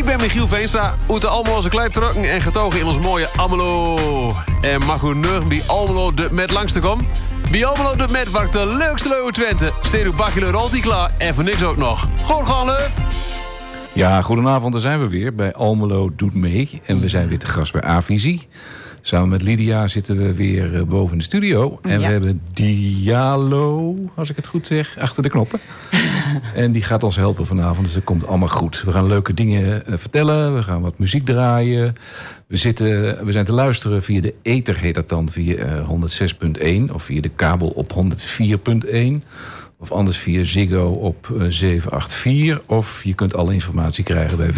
Ik ben Michiel Veenstra, uit de Almeloze Kleitrokken en getogen in ons mooie Almelo. En mag u nu bij Almelo de met langs te komen? Bij Almelo de met waar de leukste leuwe Twente. Steed uw bakje rolt klaar en voor niks ook nog. Gewoon gaan leuk! Ja, goedenavond, daar zijn we weer bij Almelo Doet Mee. En we zijn weer te gast bij A-Visie. Samen met Lydia zitten we weer boven in de studio. En we hebben Diallo, als ik het goed zeg, achter de knoppen. En die gaat ons helpen vanavond, dus dat komt allemaal goed. We gaan leuke dingen vertellen, we gaan wat muziek draaien. We zijn te luisteren via de ether, heet dat dan, via 106.1... of via de kabel op 104.1... of anders via Ziggo op 784. Of je kunt alle informatie krijgen bij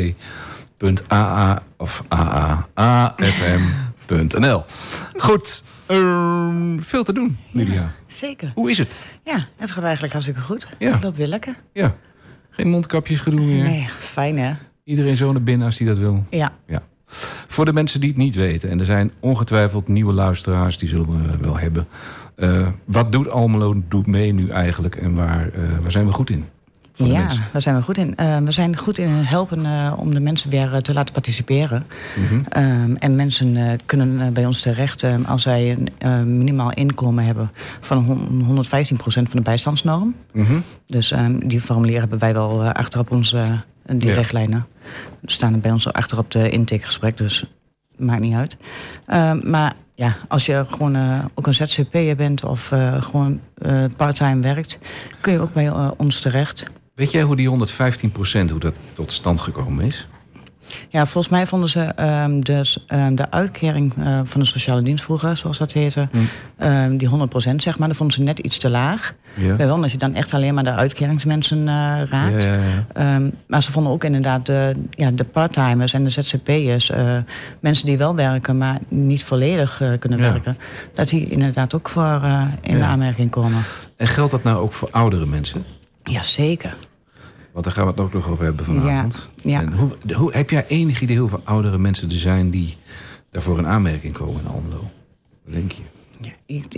www.aafm.nl. Goed, veel te doen, Lydia. Ja, zeker. Hoe is het? Ja, het gaat eigenlijk hartstikke goed. Ja. Het loopt weer lekker. Ja, geen mondkapjes gedoe meer. Nee, fijn hè? Iedereen zo naar binnen als die dat wil. Ja. Voor de mensen die het niet weten, en er zijn ongetwijfeld nieuwe luisteraars, die zullen we wel hebben. Wat doet Almelo Doet Mee nu eigenlijk en waar zijn we goed in? Ja, daar zijn we goed in. We zijn goed in het helpen om de mensen weer te laten participeren. Mm-hmm. En mensen kunnen bij ons terecht als zij een minimaal inkomen hebben van 115% van de bijstandsnorm. Mm-hmm. Dus die formulieren hebben wij wel achterop onze richtlijnen. Staan bij ons achterop de intakegesprek, dus maakt niet uit. Maar ja, als je gewoon ook een ZZP'er bent of gewoon parttime werkt, kun je ook bij ons terecht. Weet jij hoe die 115%, hoe dat tot stand gekomen is? Ja, volgens mij vonden ze de uitkering van de sociale dienst vroeger, zoals dat heette, die 100%, zeg maar, dat vonden ze net iets te laag. Ja. Wel, als je dan echt alleen maar de uitkeringsmensen raakt. Ja. Maar ze vonden ook inderdaad de parttimers en de ZZP'ers, mensen die wel werken, maar niet volledig kunnen werken, dat die inderdaad ook voor in aanmerking komen. En geldt dat nou ook voor oudere mensen? Ja, zeker. Want daar gaan we het ook nog over hebben vanavond. Ja. En hoe, heb jij enig idee hoeveel oudere mensen er zijn die daarvoor in aanmerking komen in Almelo? Wat denk je? Ja,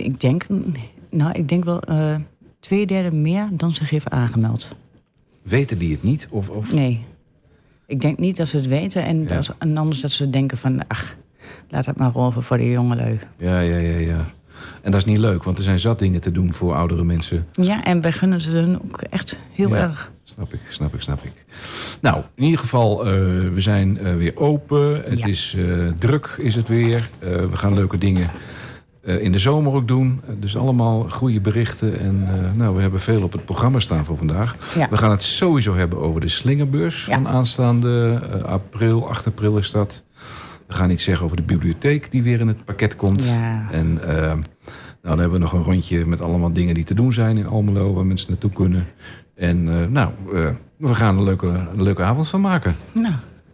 ik denk wel 2/3 meer dan zich heeft aangemeld. Weten die het niet? Of? Nee. Ik denk niet dat ze het weten. En anders dat ze denken van, ach, laat het maar over voor de jongelui. Ja. En dat is niet leuk, want er zijn zat dingen te doen voor oudere mensen. Ja, en wij gunnen ze hun ook echt heel erg. Snap ik. Nou, in ieder geval, we zijn weer open. Het is druk, is het weer. We gaan leuke dingen in de zomer ook doen. Dus allemaal goede berichten. En we hebben veel op het programma staan voor vandaag. Ja. We gaan het sowieso hebben over de slingerbeurs van aanstaande april. 8 april is dat. We gaan iets zeggen over de bibliotheek die weer in het pakket komt. Ja. En dan hebben we nog een rondje met allemaal dingen die te doen zijn in Almelo, waar mensen naartoe kunnen. En we gaan een leuke avond van maken. Nou.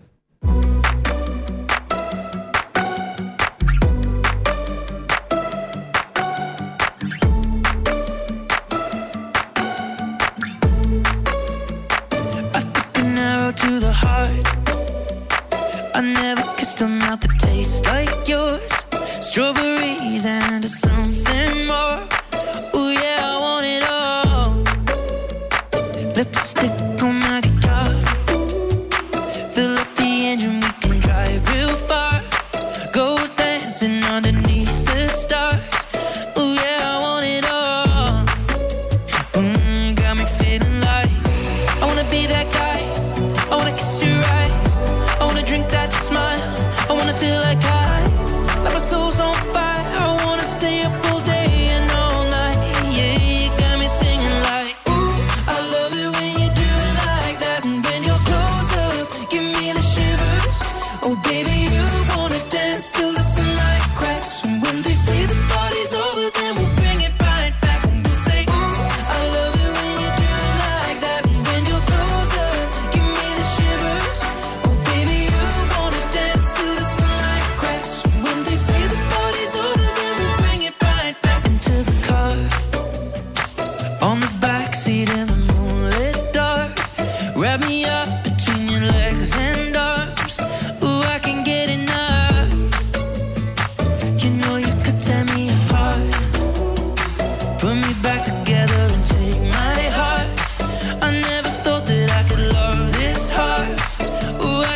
I never kissed a mouth that tastes like yours. Strawberries and something more. Ooh yeah, I want it all. Lipstick on my guitar. Fill up the engine, we can drive real far. Go dancing underneath the stars. Ooh yeah, I want it all. Got me feeling like I wanna be that guy. I wanna kiss your eyes. I wanna drink that smile. I wanna feel like like my soul's on fire. I wanna stay up all day and all night. Yeah, you got me singing like, ooh, I love it when you do it like that. And when you're close up, give me the shivers. Oh baby, you wanna dance till the sunlight cracks. And when they say the party's over, then we'll bring it right back. And we'll say, ooh, I love it when you do it like that. And when you're close up, give me the shivers. Oh baby, you wanna dance till the sunlight cracks. And when they say the party's over, then we'll bring it right back into the car. On the backseat in the moonlit dark. Wrap me up between your legs and arms. Ooh, I can get enough. You know you could tear me apart. Put me back together and take my heart. I never thought that I could love this hard. Ooh, I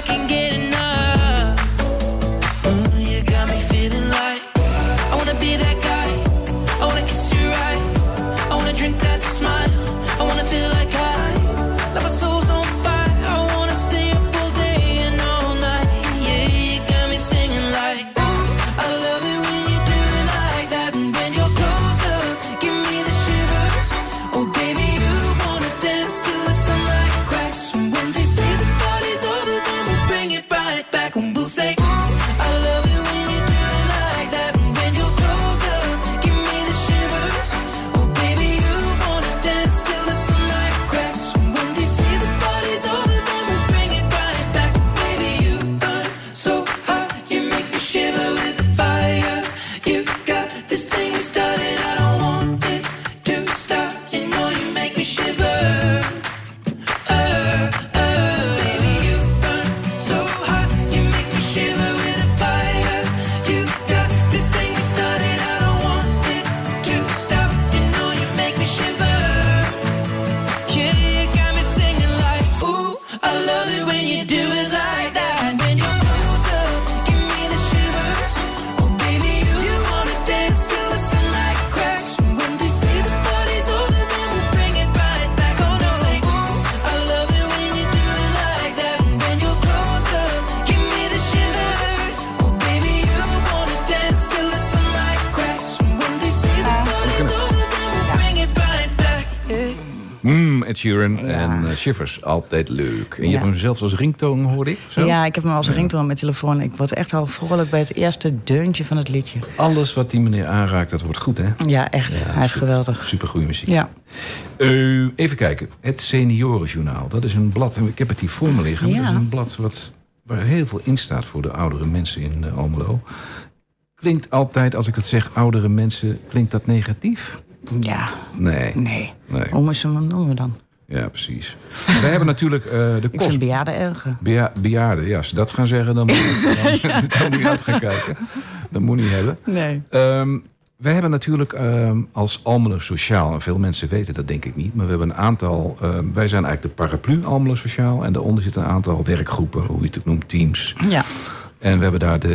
Ed Sheeran Ja. en Shivers. Altijd leuk. En je Ja. hebt hem zelfs als ringtoon, hoorde ik? Zo? Ja, ik heb hem als ringtoon op mijn telefoon. Ik word echt al vrolijk bij het eerste deuntje van het liedje. Alles wat die meneer aanraakt, dat wordt goed, hè? Ja, echt. Hij is goed. geweldig. Supergoeie muziek. Ja. Even kijken. Het Seniorenjournaal. Dat is een blad, en ik heb het hier voor me liggen. Ja. Dat is een blad waar heel veel in staat voor de oudere mensen in Almelo. Klinkt altijd, als ik het zeg, oudere mensen, klinkt dat negatief? Ja. Nee. Nee. Nee. Hoe moet je hem noemen dan? Ja, precies. Wij hebben natuurlijk de Ik kost... vind bejaarden erger. Bejaarden, ja, als ze dat gaan zeggen, dan moet je uit gaan kijken. Dat moet niet hebben. Nee. Wij hebben natuurlijk als Almelo Sociaal, en veel mensen weten dat denk ik niet, maar we hebben een aantal, wij zijn eigenlijk de paraplu Almelo Sociaal en daaronder zitten een aantal werkgroepen, hoe je het ook noemt, teams. Ja. En we hebben daar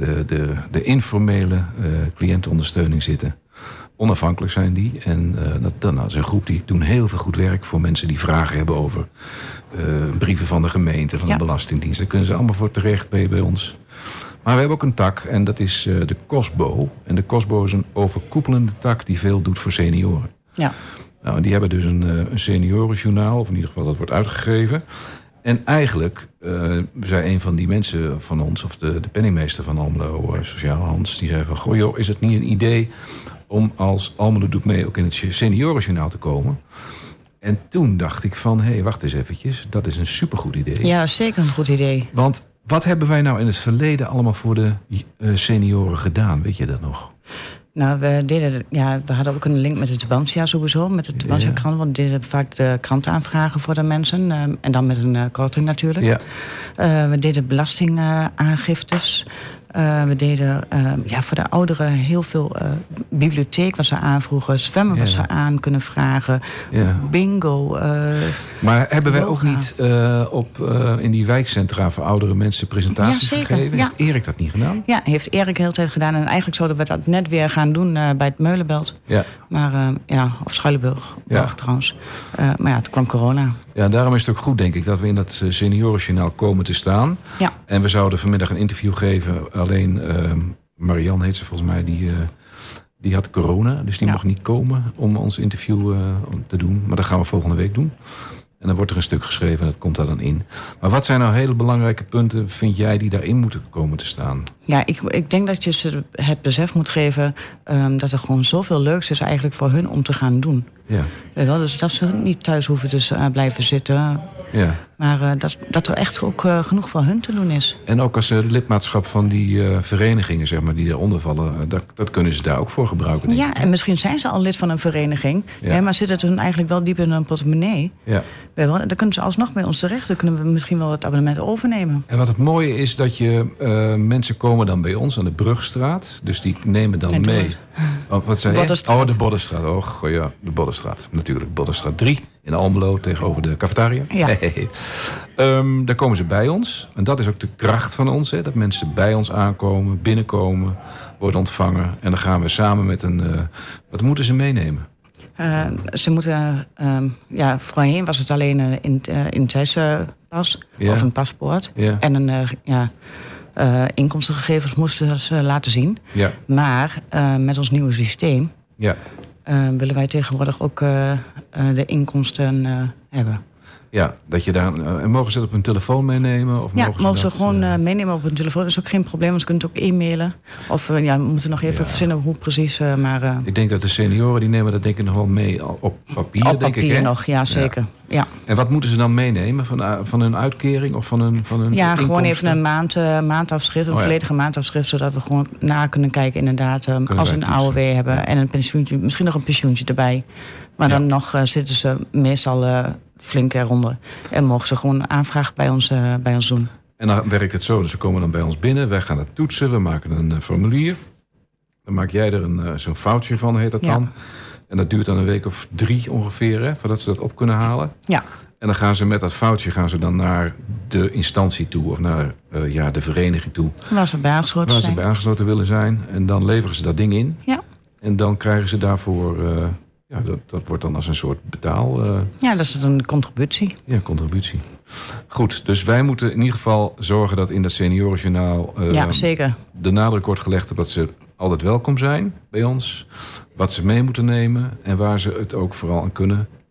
de informele cliëntenondersteuning zitten. Onafhankelijk zijn die. En dat is een groep die doen heel veel goed werk voor mensen die vragen hebben over brieven van de gemeente, van de Belastingdienst. Daar kunnen ze allemaal voor terecht bij ons. Maar we hebben ook een tak en dat is de COSBO. En de COSBO is een overkoepelende tak die veel doet voor senioren. Ja. Nou, en die hebben dus een seniorenjournaal, of in ieder geval dat wordt uitgegeven. En eigenlijk zei een van die mensen van ons, of de penningmeester van Almelo Sociaal, Hans, die zei van, goh joh, is het niet een idee om als Almelo Doet Mee ook in het seniorenjournaal te komen? En toen dacht ik van, hé, wacht eens eventjes, dat is een supergoed idee. Ja, zeker een goed idee. Want wat hebben wij nou in het verleden allemaal voor de senioren gedaan? Weet je dat nog? Nou, we hadden ook een link met het Tubantia sowieso, met de Tubantia-krant. Want we deden vaak de krantaanvragen voor de mensen. En dan met een korting natuurlijk. Ja. We deden belastingaangiftes. We deden voor de ouderen heel veel bibliotheek wat ze aanvroegen. Zwemmen wat ze aan kunnen vragen. Ja. Bingo. Maar hebben wij yoga. ook niet in die wijkcentra voor oudere mensen presentaties Ja, zeker, gegeven? ja. Heeft Erik dat niet gedaan? Ja, heeft Erik de hele tijd gedaan. En eigenlijk zouden we dat net weer gaan doen bij het Meulenbelt. Ja. Maar of Schuilenburg trouwens. Maar ja, toen kwam corona. Ja, daarom is het ook goed, denk ik, dat we in dat seniorenjournaal komen te staan. Ja. En we zouden vanmiddag een interview geven. Alleen Marianne heet ze volgens mij, die had corona. Dus die mag niet komen om ons interview te doen. Maar dat gaan we volgende week doen. En dan wordt er een stuk geschreven en dat komt daar dan in. Maar wat zijn nou hele belangrijke punten, vind jij, die daarin moeten komen te staan? Ja, ik denk dat je ze het besef moet geven dat er gewoon zoveel leuks is eigenlijk voor hun om te gaan doen. Ja. Dus dat ze niet thuis hoeven te blijven zitten. Ja. Maar dat er echt ook genoeg voor hun te doen is. En ook als lidmaatschap van die verenigingen, zeg maar, die eronder vallen, dat kunnen ze daar ook voor gebruiken. Denk ik. Ja, en misschien zijn ze al lid van een vereniging. Ja. Maar zit het hun eigenlijk wel diep in hun portemonnee. Ja. Dan kunnen ze alsnog bij ons terecht. Dan kunnen we misschien wel het abonnement overnemen. En wat het mooie is, dat je mensen komen dan bij ons aan de Brugstraat. Dus die nemen dan mee. Wat zei je? Oh, de Boddenstraat. Oh ja, de Boddenstraat. Natuurlijk, Boddenstraat 3 in Almelo tegenover de cafetaria. Ja. Daar komen ze bij ons. En dat is ook de kracht van ons. Hè, dat mensen bij ons aankomen, binnenkomen, worden ontvangen. En dan gaan we samen met wat moeten ze meenemen? Ze moeten... voorheen was het alleen een tijdspas of een paspoort. Ja. En inkomstengegevens moesten ze laten zien. Ja. Maar met ons nieuwe systeem willen wij tegenwoordig ook de inkomsten hebben. Ja, dat je daar... En mogen ze dat op hun telefoon meenemen? Of mogen ze gewoon meenemen op hun telefoon. Dat is ook geen probleem, want ze kunnen het ook e-mailen. Of we moeten nog even verzinnen hoe precies. Maar ik denk dat de senioren, die nemen dat denk ik nog wel mee op papier. Op papier denk ik, nog, ja zeker. Ja. En wat moeten ze dan meenemen? Van hun uitkering of van hun inkomsten? Gewoon even een maandafschrift, een volledige maandafschrift, zodat we gewoon na kunnen kijken inderdaad. Als ze een AOW hebben en een pensioentje, misschien nog een pensioentje erbij. Maar dan nog zitten ze meestal flink eronder. En mogen ze gewoon aanvraag bij ons doen. En dan werkt het zo, dus ze komen dan bij ons binnen. Wij gaan het toetsen, we maken een formulier. Dan maak jij er zo'n foutje van, heet dat dan. En dat duurt dan een week of 3 ongeveer, hè, voordat ze dat op kunnen halen. Ja. En dan gaan ze met dat foutje naar de instantie toe. Of naar de vereniging toe. Waar ze bij aangesloten willen zijn. En dan leveren ze dat ding in. Ja. En dan krijgen ze daarvoor... dat wordt dan als een soort betaal... dat is een contributie. Ja, contributie. Goed, dus wij moeten in ieder geval zorgen dat in dat seniorenjournaal... zeker. De nadruk wordt gelegd op dat ze altijd welkom zijn bij ons. Wat ze mee moeten nemen en waar ze het ook vooral aan kunnen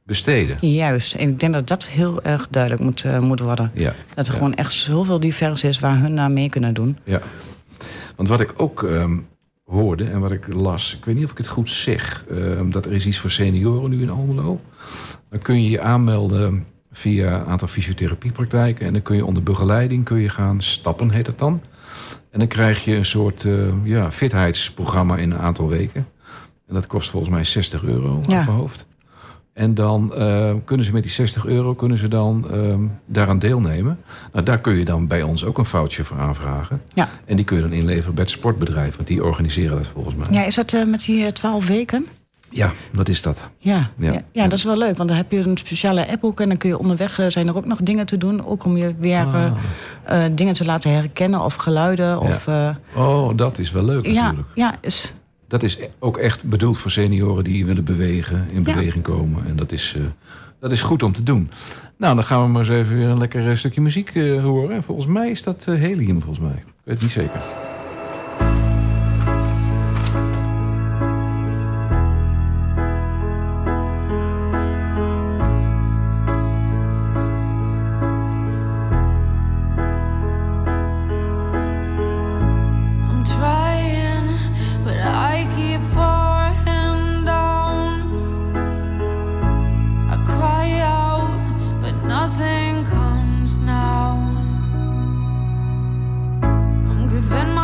besteden. Juist. En ik denk dat dat heel erg duidelijk moet worden. Ja. Dat er gewoon echt zoveel divers is waar hun naar mee kunnen doen. Ja. Want wat ik ook hoorde en wat ik las... ik weet niet of ik het goed zeg... dat er is iets voor senioren nu in Almelo. Dan kun je je aanmelden via een aantal fysiotherapiepraktijken... en dan kun je onder begeleiding gaan stappen, heet dat dan. En dan krijg je een soort fitheidsprogramma in een aantal weken. En dat kost volgens mij €60 uit mijn hoofd. En dan kunnen ze met die €60 daaraan deelnemen. Nou, daar kun je dan bij ons ook een voucher voor aanvragen. Ja. En die kun je dan inleveren bij het sportbedrijf. Want die organiseren dat volgens mij. Ja, is dat met die 12 weken? Ja, dat is dat. Ja, dat is wel leuk. Want dan heb je een speciale app ook. En dan kun je onderweg zijn er ook nog dingen te doen. Ook om je weer dingen te laten herkennen. Of geluiden. Ja. Of, dat is wel leuk natuurlijk. Ja, dat is ook echt bedoeld voor senioren die willen bewegen. In beweging komen. En dat is goed om te doen. Nou, dan gaan we maar eens even weer een lekker stukje muziek horen. En volgens mij is dat Helium, volgens mij. Ik weet het niet zeker. Nothing comes now. I'm giving my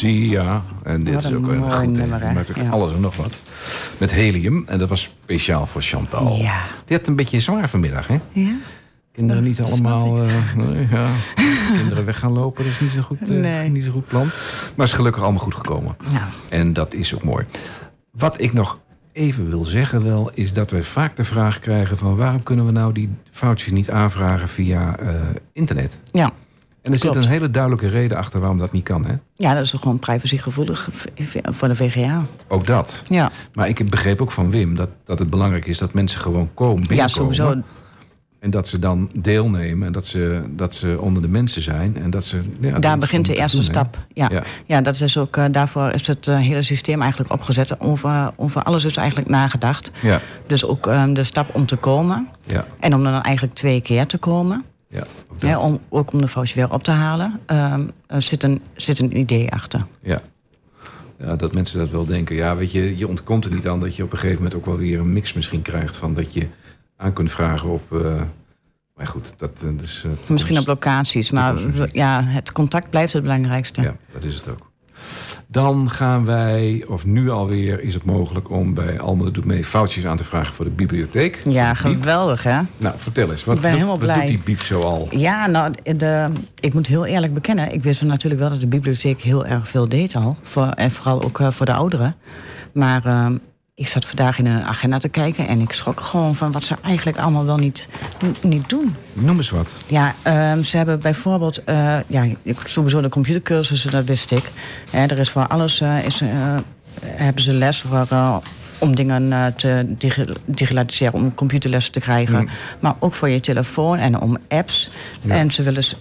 Zie, ja. En dit Wat is een ook een mooi goed nummer, hè? maakt ook Ja. alles en nog wat. Met Helium. En dat was speciaal voor Chantal. Ja. Die had een beetje zwaar vanmiddag, hè? Ja? Kinderen niet Dat allemaal kinderen weg gaan lopen. Dat is niet zo goed, Nee. niet zo goed plan. Maar is gelukkig allemaal goed gekomen. Ja. En dat is ook mooi. Wat ik nog even wil zeggen wel, is dat we vaak de vraag krijgen van waarom kunnen we nou die foutjes niet aanvragen via internet? Ja. En er zit Klopt. een hele duidelijke reden achter waarom dat niet kan, hè? Ja, dat is toch gewoon privacygevoelig voor de VGA. Ook dat. Ja, Maar ik begreep ook van Wim dat het belangrijk is dat mensen gewoon binnenkomen. ja sowieso. En dat ze dan deelnemen en dat ze onder de mensen zijn. En dat ze, ja, Daar begint de eerste stap. Ja. Ja. Ja, dat is ook, daarvoor is het hele systeem eigenlijk opgezet. Over alles is eigenlijk nagedacht. Ja, Dus ook de stap om te komen. ja, En om dan eigenlijk 2 keer te komen. ja. Ook dat. Ja, ook om de foutje weer op te halen. Er zit een idee achter. Ja. Ja, dat mensen dat wel denken. Ja, weet je ontkomt er niet aan dat je op een gegeven moment ook wel weer een mix misschien krijgt van dat je aan kunt vragen op. Maar goed, dat dus. Misschien op locaties, maar toekomstmuziek. ja, het contact blijft het belangrijkste. Ja, dat is het ook. Dan gaan wij, of nu alweer is het mogelijk om bij Almelo Doet Mee foutjes aan te vragen voor de bibliotheek. Ja, Voor de biep. geweldig hè? Nou, vertel eens. Wat, Ik ben helemaal wat blij. doet die biep zo al? Ja, nou, ik moet heel eerlijk bekennen. Ik wist natuurlijk wel dat de bibliotheek heel erg veel deed al. En vooral ook voor de ouderen. Maar ik zat vandaag in een agenda te kijken en ik schrok gewoon van wat ze eigenlijk allemaal wel niet doen. Noem eens wat. Ja, ze hebben bijvoorbeeld, sowieso de computercursussen, dat wist ik. Er is voor alles, hebben ze les om dingen te digitaliseren, om computerlessen te krijgen. Maar ook voor je telefoon en om apps. Ja. En ze willen,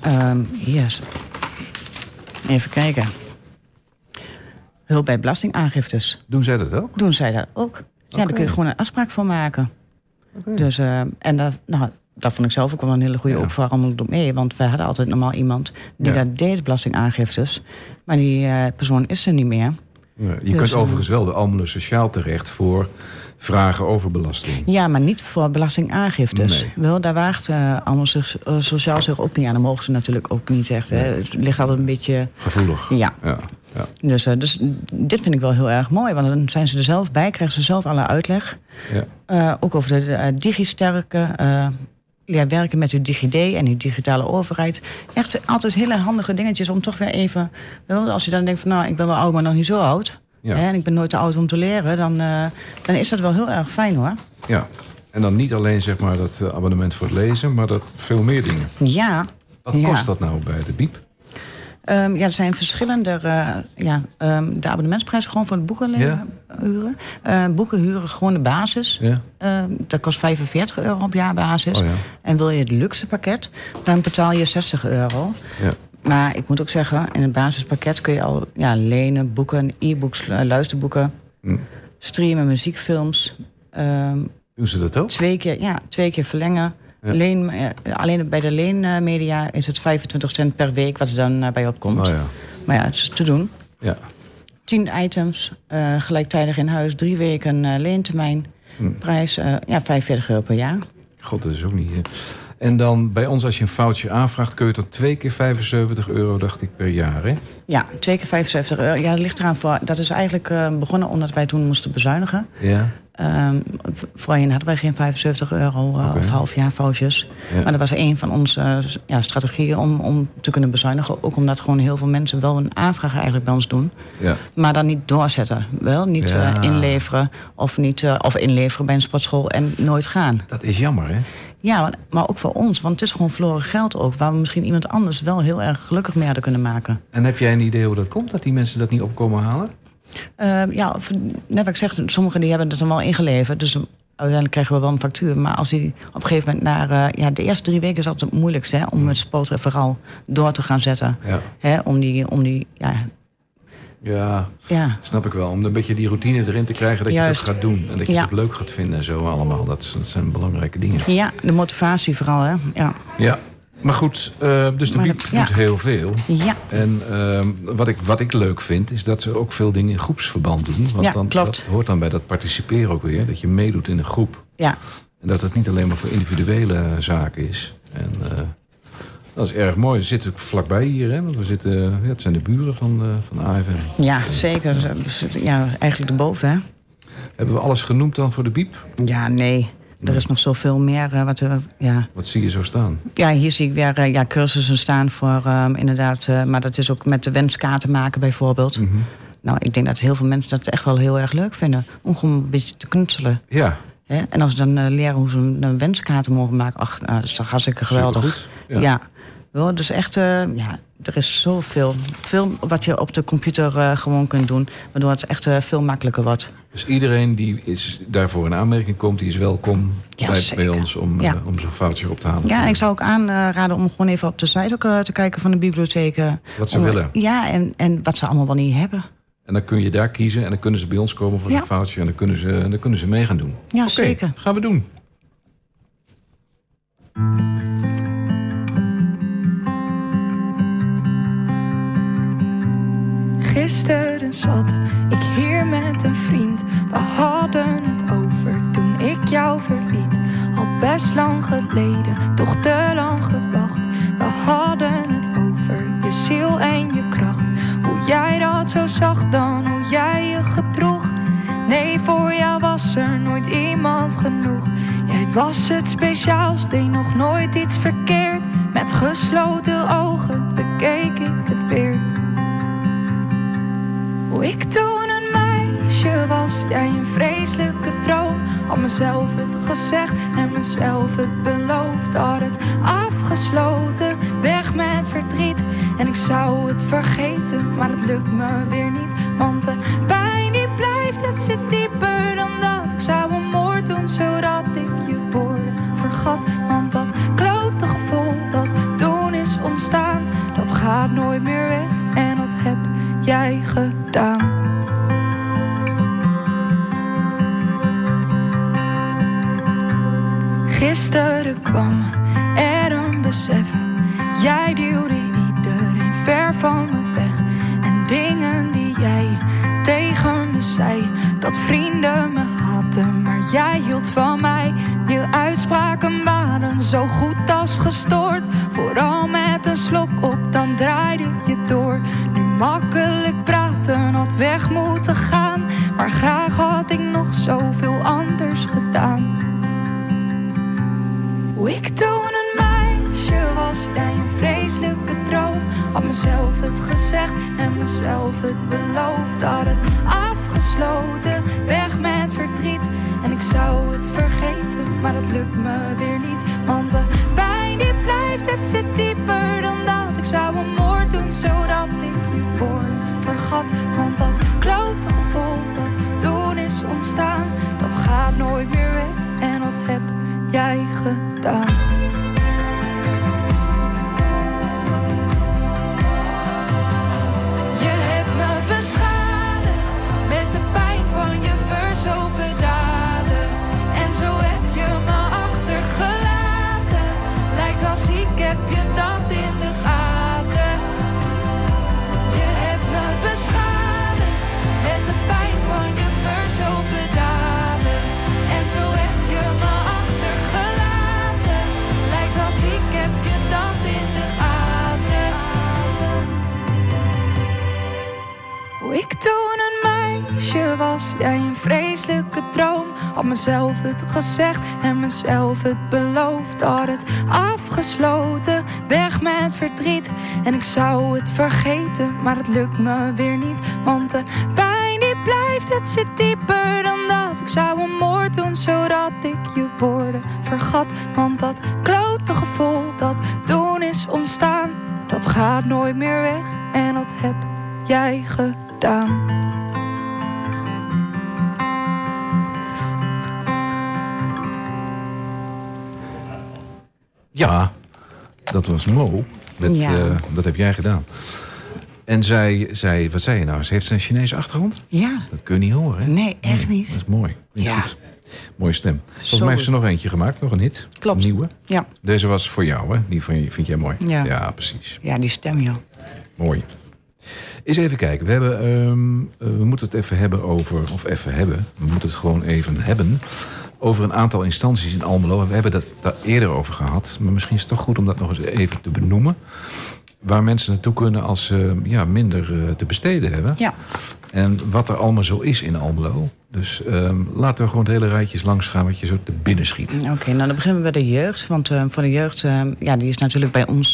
even kijken. Hulp bij belastingaangiftes. Doen zij dat ook? Doen zij dat ook? Ja, daar kun je gewoon een afspraak voor maken. Oké. Dus, en dat vond ik zelf ook wel een hele goede Ja. ook voor Almelo Doet Mee. Want wij hadden altijd normaal iemand die Ja. dat deed, belastingaangiftes. Maar die persoon is er niet meer. Ja, je Dus, kunt overigens wel de Almelo Sociaal terecht voor vragen over belasting. Ja, maar niet voor belastingaangiftes. Nee. Wel, daar waagt Almelo Sociaal zich ook niet aan. Dat mogen ze natuurlijk ook niet echt. Hè. Het ligt altijd een beetje. Gevoelig. Ja. Ja. Dus dit vind ik wel heel erg mooi. Want dan zijn ze er zelf bij, krijgen ze zelf alle uitleg. Ja. Ook over de DigiSterke. Werken met uw DigiD en uw digitale overheid. Echt altijd hele handige dingetjes om toch weer even. Als je dan denkt van nou, ik ben wel oud, maar nog niet zo oud. Ja. Hè, en ik ben nooit te oud om te leren. Dan is dat wel heel erg fijn hoor. Ja. En dan niet alleen zeg maar dat abonnement voor het lezen, maar dat veel meer dingen. Ja. Wat Ja. kost dat nou bij de biep? Er zijn verschillende. De abonnementsprijs gewoon voor het boeken huren. Boeken huren gewoon de basis. Ja. Dat kost €45 op jaarbasis. Oh ja. En wil je het luxe pakket, dan betaal je €60. Ja. Maar ik moet ook zeggen, in het basispakket kun je al lenen, boeken, e-books, luisterboeken, streamen, muziekfilms. Doen ze dat ook? 2 keer verlengen. Ja. Alleen bij de leenmedia is het 25 cent per week wat er dan bij opkomt. Oh ja. Maar ja, het is te doen. Ja. 10 items, gelijktijdig in huis, 3 weken leentermijn. Prijs €45 per jaar. God, dat is ook niet. En dan bij ons, als je een foutje aanvraagt, kun je tot 2 keer €75, dacht ik, per jaar, hè? Ja, 2 keer €75. Ja, dat ligt eraan voor. Dat is eigenlijk begonnen omdat wij toen moesten bezuinigen. Ja. Voorheen hadden wij geen €75 of halfjaar foutjes. Ja. Maar dat was een van onze strategieën om te kunnen bezuinigen. Ook omdat gewoon heel veel mensen wel een aanvraag eigenlijk bij ons doen. Ja. Maar dan niet doorzetten. Wel niet Ja. inleveren of inleveren bij een sportschool en nooit gaan. Dat is jammer, hè? Ja, maar ook voor ons. Want het is gewoon verloren geld ook. Waar we misschien iemand anders wel heel erg gelukkig mee hadden kunnen maken. En heb jij een idee hoe dat komt, dat die mensen dat niet opkomen halen? Net wat ik zeg, sommigen die hebben het dan wel ingeleverd. Dus uiteindelijk krijgen we wel een factuur. Maar als die op een gegeven moment de eerste 3 weken is altijd het moeilijkste. Hè, om het sportreferal door te gaan zetten. Ja. Hè, om die Ja, snap ik wel. Om een beetje die routine erin te krijgen dat Juist. je dat gaat doen. En dat je Ja. het ook leuk gaat vinden en zo allemaal. Dat zijn belangrijke dingen. Ja, de motivatie vooral, hè. Ja. Ja, maar goed, dus de Maar biep ja. doet heel veel. Ja. En wat ik leuk vind, is dat ze ook veel dingen in groepsverband doen. Want Ja, dan, klopt. dat hoort dan bij dat participeren ook weer. Dat je meedoet in een groep. Ja. En dat het niet alleen maar voor individuele zaken is. En Dat is erg mooi. We zitten vlakbij hier, hè? Want we zitten, het zijn de buren van AFM. Ja, zeker. Ja, eigenlijk erboven, hè? Hebben we alles genoemd dan voor de biep? Ja, nee. Er is nog zoveel meer. Wat zie je zo staan? Ja, hier zie ik weer cursussen staan voor inderdaad... maar dat is ook met de wenskaarten maken bijvoorbeeld. Mm-hmm. Nou, ik denk dat heel veel mensen dat echt wel heel erg leuk vinden. Om gewoon een beetje te knutselen. Ja. Hè? En als ze dan leren hoe ze een wenskaarten mogen maken... ach, nou, dat is toch hartstikke geweldig. Supergoed. Ja. Wel, dus echt, er is zoveel. Veel wat je op de computer gewoon kunt doen. Waardoor het echt veel makkelijker wordt. Dus iedereen die daarvoor in aanmerking komt, die is welkom bij ons om zo'n foutje op te halen. Ja, en ik zou ook aanraden om gewoon even op de site ook, te kijken van de bibliotheken. Wat ze willen. Ja, en wat ze allemaal wel niet hebben. En dan kun je daar kiezen en dan kunnen ze bij ons komen voor zo'n foutje. En dan kunnen ze mee gaan doen. Ja, zeker. Gaan we doen. Gisteren zat ik hier met een vriend. We hadden het over toen ik jou verliet. Al best lang geleden, toch te lang gewacht. We hadden het over je ziel en je kracht. Hoe jij dat zo zag dan, hoe jij je gedroeg. Nee, voor jou was er nooit iemand genoeg. Jij was het speciaals, deed nog nooit iets verkeerd. Met gesloten ogen bekeek ik het weer. Hoe ik toen een meisje was, jij een vreselijke droom. Had mezelf het gezegd en mezelf het beloofd. Had het afgesloten, weg met verdriet. En ik zou het vergeten, maar het lukt me weer niet. Want de pijn die blijft, het zit dieper dan dat. Ik zou een moord doen, zodat ik je woorden vergat. Want dat klote gevoel dat toen is ontstaan, dat gaat nooit meer weg. En dat heb jij gedaan. Gisteren kwam er een besef. Jij duwde iedereen ver van me weg. En dingen die jij tegen me zei, dat vrienden me haten, maar jij hield van mij. Je uitspraken waren zo goed als gestoord. Vooral met een slok op, dan draaide je door. Nu makkelijk praten, had weg moeten gaan. Maar graag had ik nog zoveel anders gedaan. Hoe ik toen een meisje was, jij een vreselijke droom. Had mezelf het gezegd en mezelf het beloofd. Had het afgesloten, weg met verdriet. En ik zou het vergeten, maar dat lukt me weer niet. Want de pijn die blijft, het zit dieper dan dat. Ik zou een moord doen, zodat ik je woorden vergat. Want dat klote gevoel dat toen is ontstaan, dat gaat nooit meer weg. En dat heb jij gedaan. Je hebt me beschadigd met de pijn van je verzopen daden. En zo heb je me achtergelaten. Lijkt als ik heb je dat in de gaten. Je hebt me beschadigd met de pijn van je verzopen daden. En zo heb je me achtergelaten. Lijkt als ik heb je dat in de gaten. Hoe ik toen een meisje was, jij een vreselijke droom. Had mezelf het gezegd en mezelf het beloofd. Had het afgesloten, weg met verdriet. En ik zou het vergeten, maar het lukt me weer niet. Want de pijn die blijft, het zit dieper dan dat. Ik zou een moord doen, zodat ik je woorden vergat. Want dat klote gevoel dat toen is ontstaan, dat gaat nooit meer weg. En dat heb jij gedaan. Ja, dat was Mo. Dat heb jij gedaan. En zij, wat zei je nou? Ze heeft een Chinese achtergrond? Ja. Dat kun je niet horen, hè? Nee, echt niet. Dat is mooi. Ja. Goed. Mooie stem. Volgens mij heeft ze nog eentje gemaakt, nog een hit. Klopt. Een nieuwe. Ja. Deze was voor jou, hè? Die vind jij mooi. Ja. Ja, precies. Ja, die stem, joh. Mooi. Eens even kijken. We moeten het even hebben over... Of even hebben. We moeten het gewoon even hebben over een aantal instanties in Almelo. We hebben dat daar eerder over gehad. Maar misschien is het toch goed om dat nog eens even te benoemen. Waar mensen naartoe kunnen als ze minder te besteden hebben. Ja. En wat er allemaal zo is in Almelo. Dus laten we gewoon het hele rijtjes langs gaan wat je zo te binnen schiet. Oké, nou dan beginnen we bij de jeugd. Want voor de jeugd, die is natuurlijk bij ons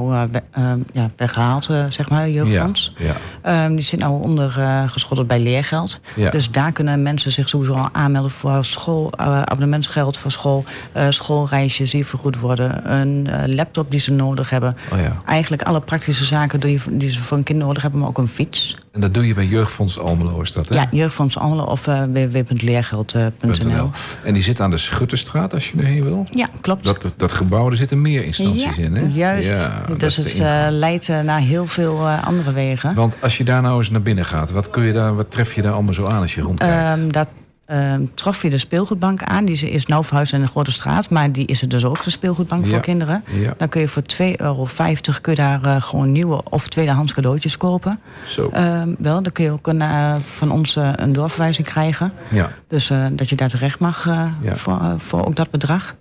weggehaald, zeg maar, de jeugdfonds. Ja. Die zit nou ondergeschotteld bij leergeld. Ja. Dus daar kunnen mensen zich sowieso al aanmelden voor school, abonnementsgeld voor school, schoolreisjes die vergoed worden, een laptop die ze nodig hebben. Oh ja. Eigenlijk alle praktische zaken die ze voor een kind nodig hebben, maar ook een fiets. En dat doe je bij Jeugdfonds Almelo, is dat, hè? Ja, Jeugdfonds Almelo of www.leergeld.nl. En die zit aan de Schutterstraat als je erheen wil? Ja, klopt. Dat gebouw, er zitten meer instanties in, hè? Juist. Ja, dus het leidt naar heel veel andere wegen. Want als je daar nou eens naar binnen gaat, wat tref je daar allemaal zo aan als je rondkijkt? Dat trof je de speelgoedbank aan. Die is nou verhuisd in de Grote Straat. Maar die is er dus ook, de speelgoedbank voor kinderen. Ja. Dan kun je voor €2,50 kun je daar gewoon nieuwe of tweedehands cadeautjes kopen. Zo. Dan kun je ook van ons een doorverwijzing krijgen. Ja. Dus dat je daar terecht mag voor ook dat bedrag.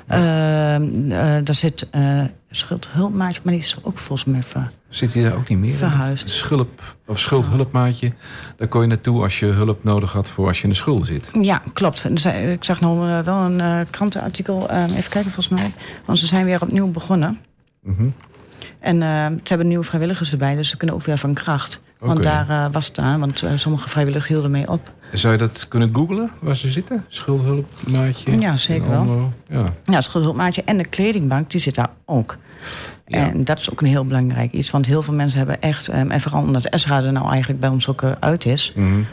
Daar zit schuldhulpmaatje, maar die is ook volgens mij Zit hij daar ook niet meer? verhuisd. Schuldhulpmaatje, daar kon je naartoe als je hulp nodig had voor als je in de schulden zit. Ja, klopt. Ik zag nou wel een krantenartikel. Even kijken volgens mij. Want ze zijn weer opnieuw begonnen. Mm-hmm. En ze hebben nieuwe vrijwilligers erbij, dus ze kunnen ook weer van kracht. Want Oké. daar was het aan, want sommige vrijwilligers hielden mee op. Zou je dat kunnen googlen, waar ze zitten? Schuldhulpmaatje? Ja, zeker wel. Almelo? Ja. Ja, het schuldhulpmaatje en de kledingbank, die zit daar ook. Ja. En dat is ook een heel belangrijk iets. Want heel veel mensen hebben echt, en vooral omdat Esra er nou eigenlijk bij ons ook uit is. Mm-hmm.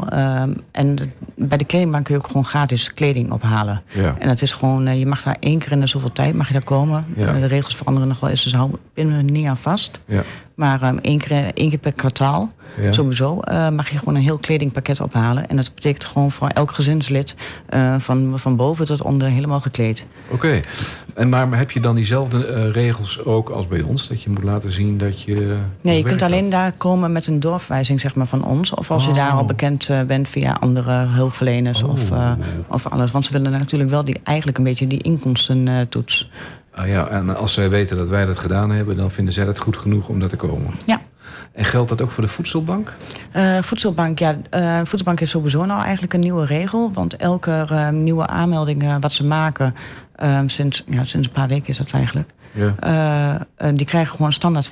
Bij de kledingbank kun je ook gewoon gratis kleding ophalen. Ja. En het is gewoon, je mag daar 1 keer in de zoveel tijd mag je daar komen. Ja. De regels veranderen nog wel eens, dus pinnen we niet aan vast. Ja. Maar 1 keer per kwartaal, Ja. sowieso, mag je gewoon een heel kledingpakket ophalen. En dat betekent gewoon voor elk gezinslid van boven tot onder helemaal gekleed. Oké. Maar heb je dan diezelfde regels ook als bij ons? Dat je moet laten zien dat je... Nee, je kunt werkt alleen had? daar komen met een doorverwijzing, zeg maar, van ons. Of als je daar al bekend bent via andere hulpverleners of alles. Want ze willen natuurlijk wel eigenlijk een beetje die inkomstentoets. Ah ja, en als zij weten dat wij dat gedaan hebben, dan vinden zij dat goed genoeg om daar te komen. Ja. En geldt dat ook voor de voedselbank? Voedselbank, voedselbank is sowieso nou eigenlijk een nieuwe regel. Want elke nieuwe aanmelding wat ze maken, sinds een paar weken is dat eigenlijk. Ja. Die krijgen gewoon standaard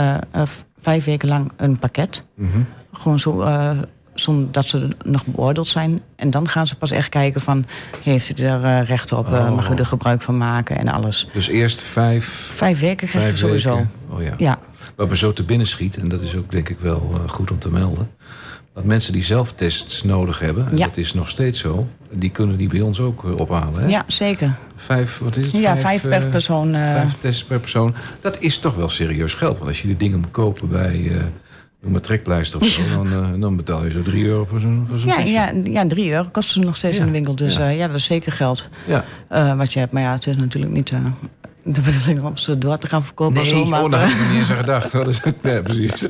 5 weken lang een pakket. Mm-hmm. Gewoon zo, zonder dat ze nog beoordeeld zijn. En dan gaan ze pas echt kijken van, heeft hij er recht op? Mag u er gebruik van maken en alles. Dus eerst 5 weken krijg je sowieso. Weken. Oh ja. Ja. Wat me zo te binnen schiet, en dat is ook denk ik wel goed om te melden, dat mensen die zelftests nodig hebben, en dat is nog steeds zo, die kunnen die bij ons ook ophalen. Hè? Ja, zeker. 5, wat is het? Ja, 5 per persoon. 5 tests per persoon. Dat is toch wel serieus geld. Want als je die dingen moet kopen bij noem maar trekpleister of zo, dan betaal je zo €3 voor zo'n testje. Ja, €3 kost ze nog steeds in de winkel. Dus dat is zeker geld wat je hebt. Maar ja, het is natuurlijk niet de bedoeling om ze door te gaan verkopen. Nee, daar had ik nog niet eens aan gedacht. Hoor. Dus, ja, precies.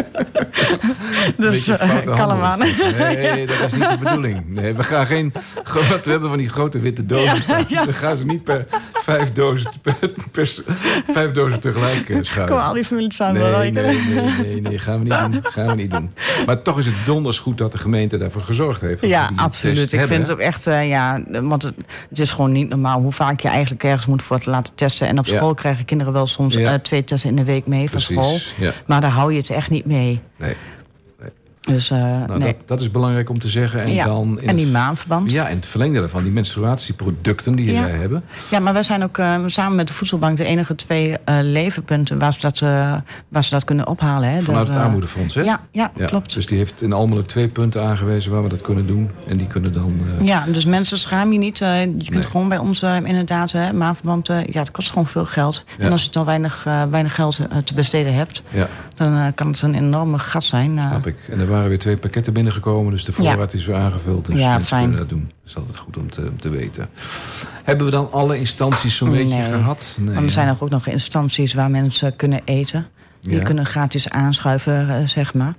Dus kalm aan. Nee, dat is niet de bedoeling. Nee, we gaan geen... Want we hebben van die grote witte dozen staan. Dan gaan ze niet per 5 dozen, vijf dozen tegelijk schuiven. Kom al die familie samen. Nee, gaan we niet doen. Maar toch is het donders goed dat de gemeente daarvoor gezorgd heeft. Ja, absoluut. Ik vind het ook echt... want het is gewoon niet normaal hoe vaak je eigenlijk ergens moet voor te laten testen. En op school krijgen kinderen wel soms 2 testen in de week mee van school. Ja. Maar daar hou je het echt niet mee. Nee. Dus, dat is belangrijk om te zeggen. En die maandverband. Ja, en het verlengde ervan, die menstruatieproducten die wij hebben. Ja, maar wij zijn ook samen met de Voedselbank de enige 2 levenpunten waar ze dat kunnen ophalen. Hè. Vanuit het Armoedefonds, hè? Ja, klopt. Dus die heeft in Almelo 2 punten aangewezen waar we dat kunnen doen. En die kunnen dan... Ja, dus mensen schaam je niet. Je kunt gewoon bij ons inderdaad, maandverband, het kost gewoon veel geld. Ja. En als je dan weinig geld te besteden hebt, dan kan het een enorme gat zijn. Snap ik. En er waren weer 2 pakketten binnengekomen, dus de voorraad is weer aangevuld. Dus mensen kunnen dat doen. Dat is altijd goed om te weten. Hebben we dan alle instanties zo'n beetje gehad? Nee. Want er zijn ook nog instanties waar mensen kunnen eten. Die kunnen gratis aanschuiven, zeg maar.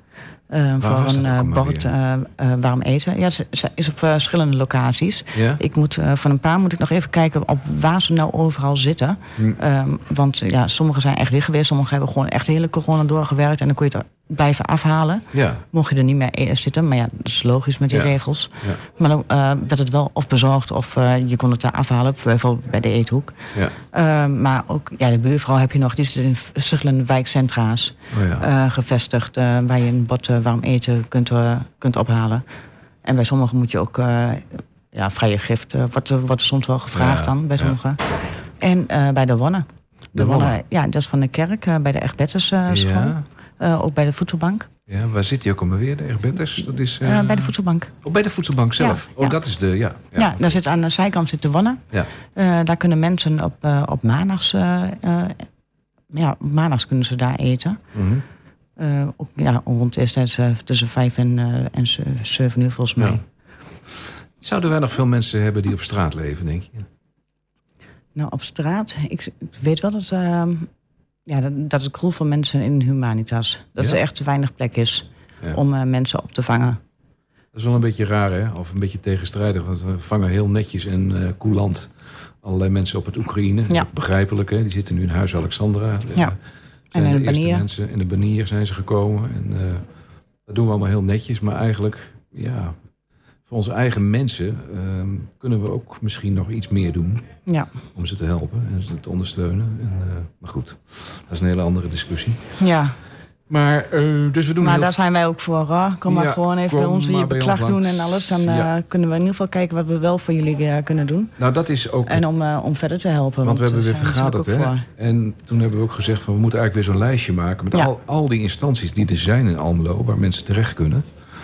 voor was dat ook een allemaal bord warm eten. Ja, ze is op verschillende locaties. Ja? Ik moet van een paar moet ik nog even kijken op waar ze nou overal zitten. Want ja, sommige zijn echt dicht geweest. Sommige hebben gewoon echt de hele corona doorgewerkt. En dan kun je het er blijven afhalen. Ja. Mocht je er niet meer zitten. Maar ja, dat is logisch met die regels. Ja. Maar dan werd het wel of bezorgd of je kon het daar afhalen. Bijvoorbeeld bij de Eethoek. Ja. Maar ook ja, de buurvrouw heb je nog. Die zit in verschillende wijkcentra's gevestigd. Waar je een bord warm eten kunt ophalen. En bij sommigen moet je ook vrije gift. Wordt er soms wel gevraagd dan bij sommigen. En bij de Wonne. De Wonne, ja, dat is van de kerk. Bij de Egbertus school. Ook bij de voedselbank. Ja, waar zit die ook allemaal weer, de Egbertus? Dat is bij de voedselbank. Oh, bij de voedselbank zelf? Ja, dat is de... Ja, daar zit aan de zijkant zit de Wonne. Ja. Daar kunnen mensen op maandags... op maandags kunnen ze daar eten. Mm-hmm. Ook, rond de tijd tussen 5 en 7 uur volgens mij. Ja. Zouden wij nog veel mensen hebben die op straat leven, denk je? Nou, op straat... Ik weet wel dat het groep van mensen in Humanitas... dat er echt te weinig plek is om mensen op te vangen. Dat is wel een beetje raar, hè? Of een beetje tegenstrijdig. Want we vangen heel netjes en coulant allerlei mensen op het Oekraïne. Ja. Begrijpelijk, hè? Die zitten nu in Huis Alexandra. Ja. En in de eerste mensen in de Banier zijn ze gekomen. En dat doen we allemaal heel netjes. Maar eigenlijk, ja... voor onze eigen mensen kunnen we ook misschien nog iets meer doen. Ja. Om ze te helpen en ze te ondersteunen. Maar goed, dat is een hele andere discussie. Ja. Maar, dus we doen maar daar zijn wij ook voor. Kom maar gewoon even bij ons je beklag doen en alles. Dan kunnen we in ieder geval kijken wat we wel voor jullie kunnen doen. Nou, dat is ook... En om verder te helpen. Want we hebben weer vergaderd, hè. En toen hebben we ook gezegd van we moeten eigenlijk weer zo'n lijstje maken... met al die instanties die er zijn in Almelo, waar mensen terecht kunnen.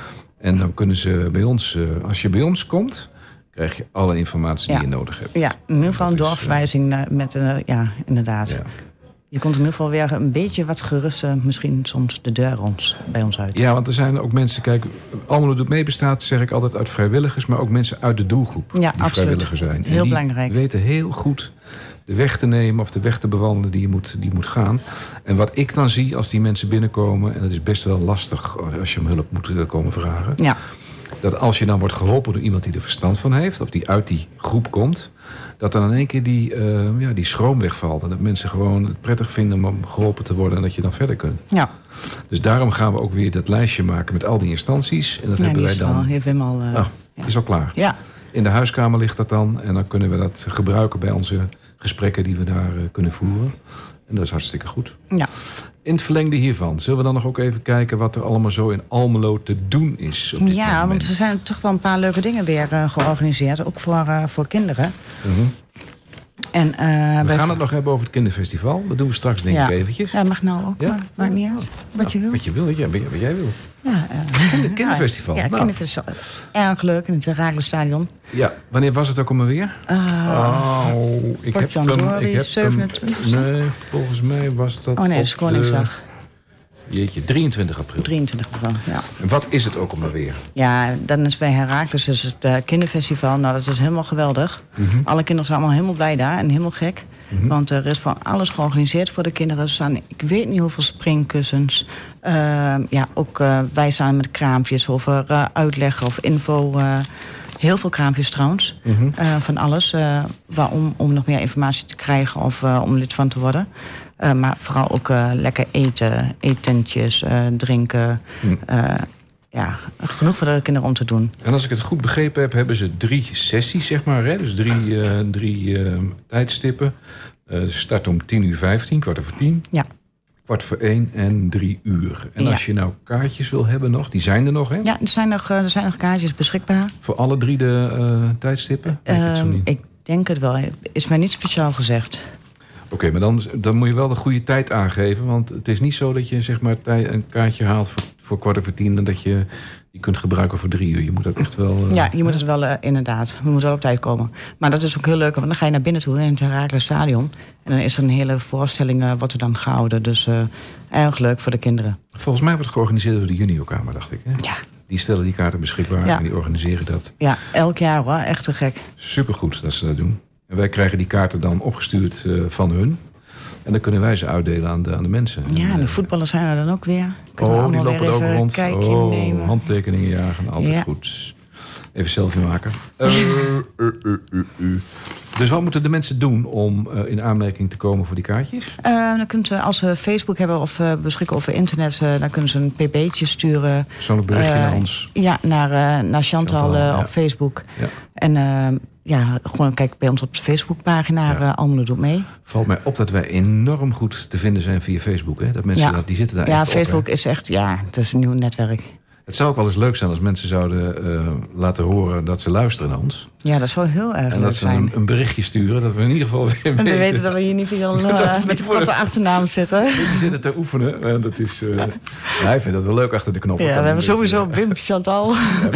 En dan kunnen ze bij ons, als je bij ons komt... krijg je alle informatie die je nodig hebt. Ja, in ieder geval een doorverwijzing met... inderdaad. Ja. Je komt in ieder geval weer een beetje wat geruster... misschien soms de deur bij ons uit. Ja, want er zijn ook mensen... Kijk, Almelo Doet Mee bestaat, zeg ik altijd, uit vrijwilligers... maar ook mensen uit de doelgroep die vrijwilliger zijn. Heel belangrijk. Die weten heel goed de weg te nemen of de weg te bewandelen die je moet gaan. En wat ik dan zie als die mensen binnenkomen... en dat is best wel lastig als je om hulp moet komen vragen... Ja. Dat als je dan wordt geholpen door iemand die er verstand van heeft... of die uit die groep komt... dat dan in één keer die schroom wegvalt. En dat mensen gewoon het prettig vinden om geholpen te worden... en dat je dan verder kunt. Ja. Dus daarom gaan we ook weer dat lijstje maken met al die instanties. En dat hebben wij dan... is al klaar. Ja. In de huiskamer ligt dat dan. En dan kunnen we dat gebruiken bij onze gesprekken die we daar kunnen voeren. En dat is hartstikke goed. Ja. In het verlengde hiervan, zullen we dan nog ook even kijken... wat er allemaal zo in Almelo te doen is op dit moment? Want er zijn toch wel een paar leuke dingen weer georganiseerd. Ook voor kinderen. Mm-hmm. En, we gaan het nog hebben over het kinderfestival. Dat doen we straks denk ik eventjes. Ja, mag nou ook. Ja? Maakt niet uit. Wat je wil. Wat je wil, wat jij wil. Ja, kinderfestival. Ja, kinderfestival. Erg leuk in het Raakles-stadion. Ja, wanneer was het ook allemaal weer? Ik heb 27. Nee, volgens mij was dat dat is Koningsdag. Jeetje, 23 april. 23 april, ja. En wat is het ook allemaal weer? Ja, dan is bij Herakles dus het kinderfestival. Nou, dat is helemaal geweldig. Mm-hmm. Alle kinderen zijn allemaal helemaal blij daar en helemaal gek. Mm-hmm. Want er is van alles georganiseerd voor de kinderen. Er staan, ik weet niet hoeveel springkussens. Ook wij staan met kraampjes over uitleg of info. Heel veel kraampjes trouwens. Mm-hmm. Van alles. Om nog meer informatie te krijgen of om lid van te worden. Maar vooral ook lekker eten, eetentjes, drinken. Genoeg voor de kinderen om te doen. En als ik het goed begrepen heb, hebben ze 3 sessies, zeg maar. Hè? Dus drie tijdstippen. Start om 10:15, 10:15. Ja. 12:45 en 3 uur. En als je nou kaartjes wil hebben nog, die zijn er nog, hè? Ja, er zijn nog kaartjes beschikbaar. Voor alle 3 de tijdstippen? Ik denk het wel. Is mij niet speciaal gezegd. Oké, maar dan moet je wel de goede tijd aangeven. Want het is niet zo dat je zeg maar een kaartje haalt voor 9:15... en dat je die kunt gebruiken voor 3 uur. Je moet dat echt wel... Ja, je moet het wel inderdaad. We moeten wel op tijd komen. Maar dat is ook heel leuk, want dan ga je naar binnen toe in het Herakles Stadion. En dan is er een hele voorstelling wordt er dan gehouden. Dus erg leuk voor de kinderen. Volgens mij wordt het georganiseerd door de Juniorkamer, dacht ik. Hè? Ja. Die stellen die kaarten beschikbaar en die organiseren dat. Ja, elk jaar hoor. Echt te gek. Supergoed dat ze dat doen. En wij krijgen die kaarten dan opgestuurd van hun. En dan kunnen wij ze uitdelen aan de mensen. Ja, en de voetballers zijn er dan ook weer. Kunnen we Die allemaal lopen weer er ook even rond. een kijkje nemen. Handtekeningen jagen, altijd Ja. goed. Even selfie maken. Dus wat moeten de mensen doen om in aanmerking te komen voor die kaartjes? Dan kunnen ze, als ze Facebook hebben of beschikken over internet, dan kunnen ze een pb'tje sturen. Persoonlijk berichtje naar ons. Ja, naar Chantal ja. op Facebook. Ja. En gewoon kijk bij ons op de Facebookpagina. Almelo doet mee. Valt mij op dat wij enorm goed te vinden zijn via Facebook. Hè? Dat mensen die zitten daar echt op. Facebook is echt, het is een nieuw netwerk. Het zou ook wel eens leuk zijn als mensen zouden laten horen dat ze luisteren naar ons. Ja, dat zou heel erg en leuk dat ze zijn. een berichtje sturen, dat we in ieder geval weer En we weten dat we hier niet veel met de korte achternaam zitten. Die zitten te oefenen. Dat is, hij vindt dat wel leuk achter de knoppen. Ja, we hebben sowieso Wim, Chantal.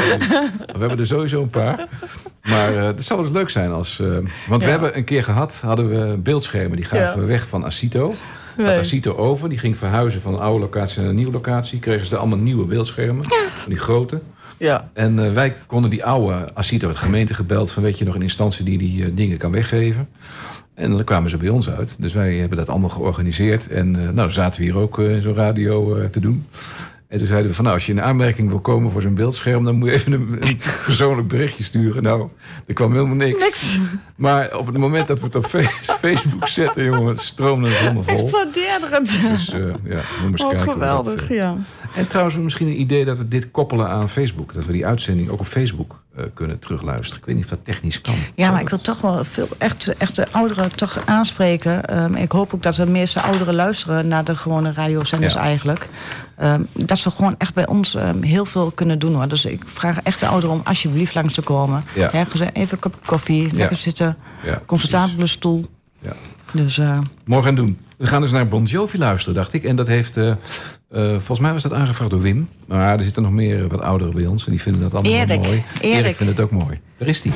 We hebben er sowieso een paar. Maar het zou wel eens leuk zijn als... want we hebben een keer hadden we beeldschermen. Die gaven we weg van Acito. Had Acito over. Die ging verhuizen van een oude locatie naar een nieuwe locatie. Kregen ze er allemaal nieuwe beeldschermen. Van die grote. Ja. En wij konden die oude Acito, het gemeente gebeld... van weet je nog een instantie die dingen kan weggeven. En dan kwamen ze bij ons uit. Dus wij hebben dat allemaal georganiseerd. En zaten we hier ook zo'n radio te doen. En toen zeiden we van als je in aanmerking wil komen voor zo'n beeldscherm... dan moet je even een persoonlijk berichtje sturen. Nou, er kwam helemaal niks. Maar op het moment dat we het op Facebook zetten, jongen, stroomde het helemaal vol. Explodeerde het. Dus we moesten kijken. Geweldig, ja. En trouwens, misschien een idee dat we dit koppelen aan Facebook. Dat we die uitzending ook op Facebook kunnen terugluisteren. Ik weet niet of dat technisch kan. Ja, maar ik wil toch wel veel echte ouderen toch aanspreken. Ik hoop ook dat de meeste ouderen luisteren naar de gewone radiozenders eigenlijk. Dat ze gewoon echt bij ons heel veel kunnen doen, hoor. Dus ik vraag echt de ouderen om alsjeblieft langs te komen. Ja. Even een kopje koffie, lekker zitten, comfortabele stoel. Ja. Dus, morgen gaan doen. We gaan dus naar Bon Jovi luisteren, dacht ik. En dat heeft, volgens mij was dat aangevraagd door Wim. Maar er zitten nog meer wat ouderen bij ons. En die vinden dat allemaal wel mooi. Erik vindt het ook mooi. Daar is die.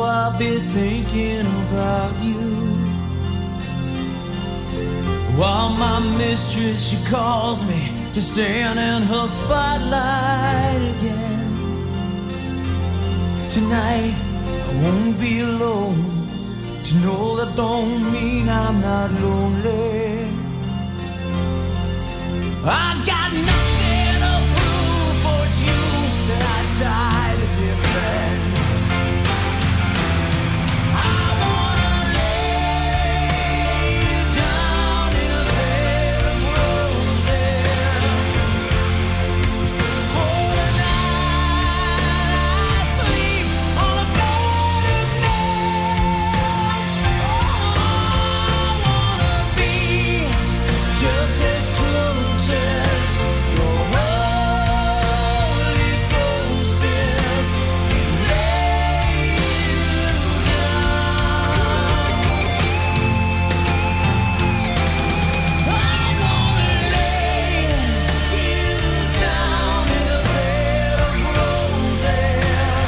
I'll be thinking about you. While my mistress, she calls me to stand in her spotlight again. Tonight I won't be alone. To know that don't mean I'm not lonely. I got nothing to prove, but it's you that I died to defend. I wanna lay you down in a bed of roses. For the night I sleep on a bed of nails. Oh, I wanna be just as close as your Holy Ghost is. Lay you down. I'm gonna lay you down in a bed of roses.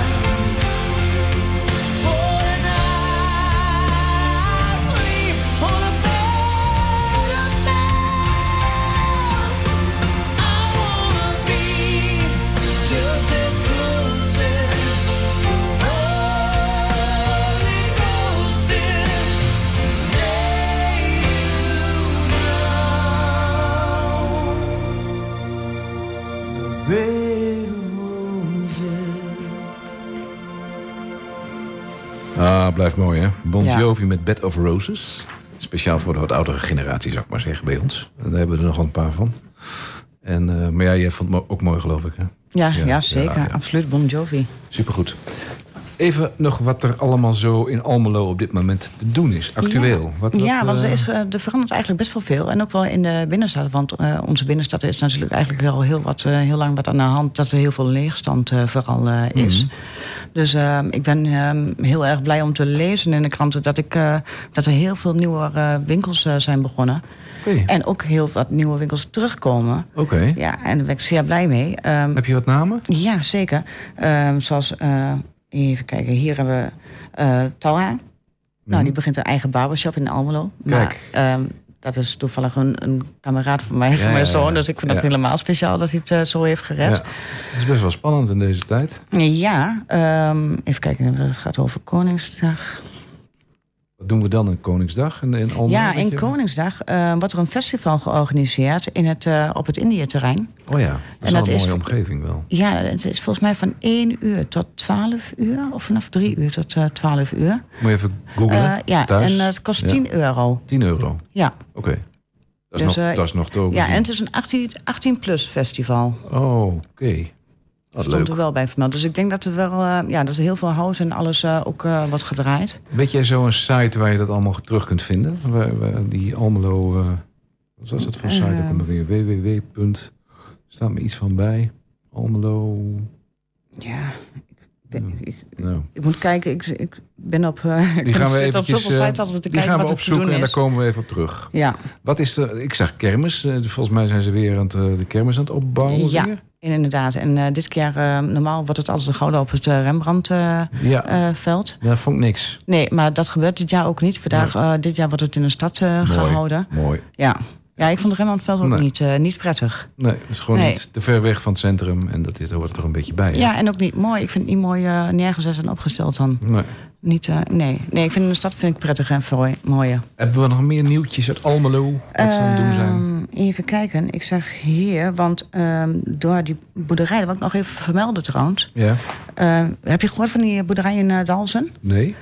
For the night I sleep on a bed of nails. I wanna be just as close as your Holy Ghost is. Lay you down, the bed of roses. Ah, blijft mooi, hè? Bon Ja. Jovi met Bed of Roses. Speciaal voor de wat oudere generatie, zou ik maar zeggen, bij ons. En daar hebben we er nog wel een paar van. En, maar ja, jij vond het ook mooi, geloof ik, hè? Ja, zeker. ja. Absoluut, Bon Jovi. Supergoed. Even nog wat er allemaal zo in Almelo op dit moment te doen is. Actueel. Want er verandert eigenlijk best wel veel. En ook wel in de binnenstad. Want onze binnenstad is natuurlijk eigenlijk wel heel lang wat aan de hand. Dat er heel veel leegstand vooral is. Dus ik ben heel erg blij om te lezen in de kranten dat er heel veel nieuwe winkels zijn begonnen. Oké. En ook heel wat nieuwe winkels terugkomen. Oké. Ja, en daar ben ik zeer blij mee. Heb je wat namen? Ja, zeker. Zoals, even kijken, hier hebben we Talha. Nou, die begint een eigen barbershop in Almelo. Kijk. Maar dat is toevallig een kameraad van mij, van mijn zoon. Dus ik vind dat helemaal speciaal dat hij het zo heeft gered. Ja. Dat is best wel spannend in deze tijd. Ja, even kijken, het gaat over Koningsdag. Wat doen we dan in Koningsdag in Almelo? Ja, in Koningsdag wordt er een festival georganiseerd op het Indië-terrein. Oh ja, dat is En wel dat een is- mooie omgeving wel. Ja, het is volgens mij van 1 uur tot 12 uur. Of vanaf 3 uur tot 12 uur. Moet je even googlen Ja, thuis. en het kost Ja. 10 euro. 10 euro, Ja, oké. Dat, Dus, dat is nog te ja, overzien. en het is een 18-plus festival. Oh, oké. Wat Stond leuk. er wel bij vermeld. Dus ik denk dat er wel dat er heel veel house en alles ook wordt gedraaid. Weet jij zo'n site waar je dat allemaal terug kunt vinden? Waar die Almelo... wat was dat voor site ook alweer? www. Staat me iets van bij. Almelo... Ja, Nou, ik moet kijken. Ik ben op... die gaan we op eventjes... zoveel sites altijd te die kijken gaan we wat er te opzoeken doen en daar is. komen we even op terug. Ja, Wat is er? Ik zag kermis. Volgens mij zijn ze weer aan de kermis aan het opbouwen. ja, weer. inderdaad. En dit keer, normaal wordt het altijd gehouden op het Rembrandtveld. Dat vond ik niks. Nee, maar dat gebeurt dit jaar ook niet. Vandaag, dit jaar wordt het in de stad gehouden. Mooi. Ja, ik vond het Rembrandtveld ook niet prettig. Nee, het is gewoon Nee. niet te ver weg van het centrum. En dat hoort er toch een beetje bij. Hè? Ja, en ook niet mooi. Ik vind het niet mooi neergezet en opgesteld dan. Nee. Niet, nee, ik vind de stad prettig en mooi. Hebben we nog meer nieuwtjes uit Almelo? Wat ze aan het doen zijn? Even kijken. Ik zag hier, want door die boerderij... dat wil ik nog even vermelden trouwens. Ja? Heb je gehoord van die boerderij in Dalsen? Nee?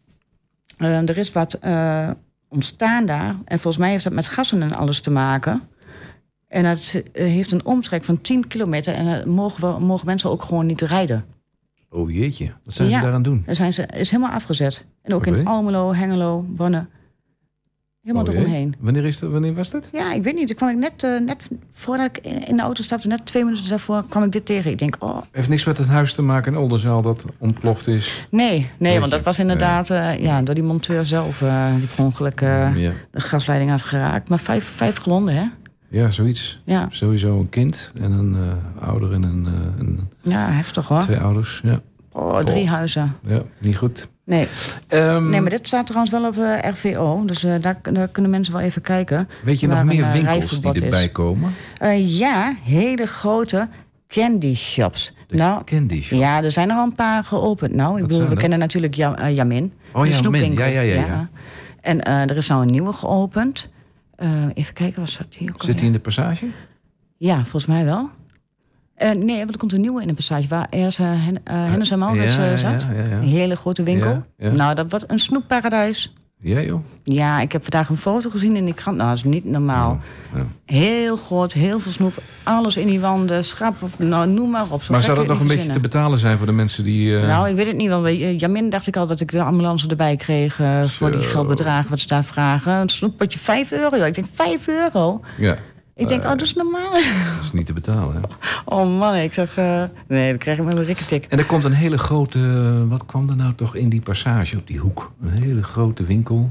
Er is wat ontstaan daar. En volgens mij heeft dat met gassen en alles te maken. En het heeft een omtrek van 10 kilometer. En mogen mensen ook gewoon niet rijden. Oh jeetje, wat zijn ze Ja. daaraan doen? Daar is helemaal afgezet. En ook Oké. in Almelo, Hengelo, Bonne. Helemaal Oh, jee. eromheen. Wanneer was dat? Ja, ik weet niet. Ik kwam net voordat ik in de auto stapte, net 2 minuten daarvoor, kwam ik dit tegen. Ik denk, Heeft niks met het huis te maken in Oldenzaal dat ontploft is? nee, Jeetje. want dat was inderdaad door die monteur zelf die per ongeluk Ja. de gasleiding had geraakt. Maar 5 gewonden, hè? Ja, zoiets. Ja, Sowieso een kind en een ouder en een ja heftig hoor. 2 ouders. Ja. Oh, 3 huizen. Ja, niet goed. Nee. Nee, maar dit staat trouwens wel op RVO. Dus daar kunnen mensen wel even kijken. Weet je nog waar meer een, winkels die rijverbod is. erbij komen? Ja, hele grote candy shops. De candy shop. Ja, er zijn er al een paar geopend. Nou, ik bedoel, zijn we dat? kennen natuurlijk Jamin. Oh, de Jamin. snoepwinkel. Ja. En er is nou een nieuwe geopend. Even kijken, wat staat hier ook Zit die in de passage? Ja, volgens mij wel. Nee, want er komt een nieuwe in de passage waar eerst Hennis en Maurits zat. Ja. Een hele grote winkel. Ja. Nou, dat wordt een snoepparadijs. Ja, joh. Ja, ik heb vandaag een foto gezien in die krant. Nou, dat is niet normaal. Ja. Heel groot, heel veel snoep. Alles in die wanden, schap of nou, noem maar op. Zo Maar gek zou dat kun nog je een niet beetje te verzinnen. betalen zijn voor de mensen die... Nou, ik weet het niet. Want bij Jamin dacht ik al dat ik de ambulance erbij kreeg... voor die geldbedragen wat ze daar vragen. Een snoeppotje €5. Ik denk, €5? Ja, Ik denk, dat is normaal. dat is niet te betalen. Hè? Oh man, ik zeg... nee, dan krijg ik met mijn rikketik. En er komt een hele grote... wat kwam er nou toch in die passage op die hoek? Een hele grote winkel.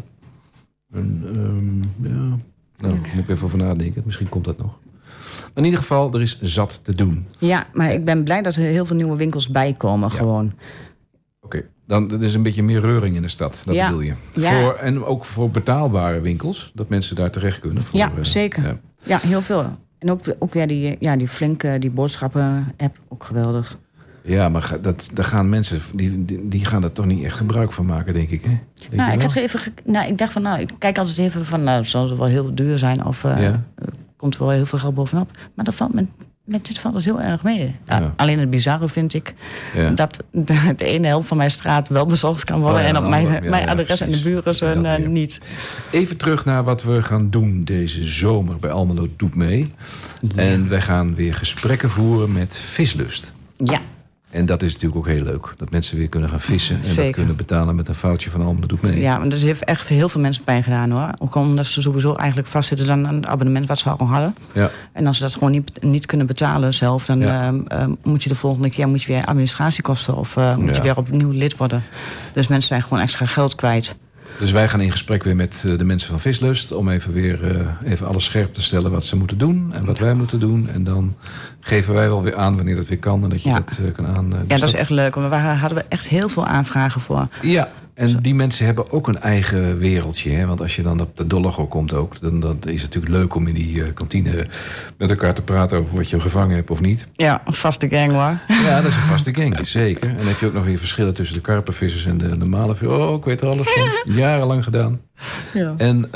Nou, daar moet ik even over nadenken. Misschien komt dat nog. Maar in ieder geval, er is zat te doen. Ja, maar ik ben blij dat er heel veel nieuwe winkels bijkomen. Ja. Gewoon. Oké, dan er is een beetje meer reuring in de stad. Dat Ja. bedoel je. Ja. En ook voor betaalbare winkels. Dat mensen daar terecht kunnen. Voor, Ja, zeker. ja. Ja, heel veel. En ook weer die flinke, die boodschappen-app, ook geweldig. Ja, maar daar gaan mensen... Die gaan er toch niet echt gebruik van maken, denk ik. Hè? Denk Nou, je ik wel? had er even... ik dacht van, ik kijk altijd even van... Nou, zal het wel heel duur zijn of komt er wel heel veel geld bovenop. Maar dat valt met dit valt het heel erg mee. Ja, Ja. Alleen het bizarre vind ik Ja. dat de ene helft van mijn straat wel bezorgd kan worden... Oh ja, en op de mijn, andere, ja, mijn ja, adres en de precies. buren Dat weer. niet. Even terug naar wat we gaan doen deze zomer bij Almelo Doet Mee. En wij gaan weer gesprekken voeren met Vislust. Ja, En dat is natuurlijk ook heel leuk. Dat mensen weer kunnen gaan vissen. En dat Zeker. kunnen betalen met een foutje van Almelo Doet Mee. ja, maar dat heeft echt heel veel mensen pijn gedaan hoor. Ook omdat ze sowieso eigenlijk vastzitten aan een abonnement wat ze al hadden. Ja. En als ze dat gewoon niet kunnen betalen zelf... dan Ja. moet je de volgende keer weer administratiekosten... of moet je Ja. weer opnieuw lid worden. Dus mensen zijn gewoon extra geld kwijt. Dus wij gaan in gesprek weer met de mensen van Vislust... om even alles scherp te stellen wat ze moeten doen... en wat wij moeten doen. En dan geven wij wel weer aan wanneer dat weer kan... en dat je Ja. dat kan aan... dus Ja, dat is echt leuk. Want daar hadden we echt heel veel aanvragen voor. Ja, en die mensen hebben ook een eigen wereldje. Hè? Want als je dan op de Dolago komt ook... dan is het natuurlijk leuk om in die kantine met elkaar te praten... over wat je gevangen hebt of niet. Ja, een vaste gang hoor. Ja, dat is een vaste gang, zeker. En dan heb je ook nog weer verschillen tussen de karpervissers en de normale vissers. Oh, ik weet er alles van. Jarenlang gedaan. Ja. En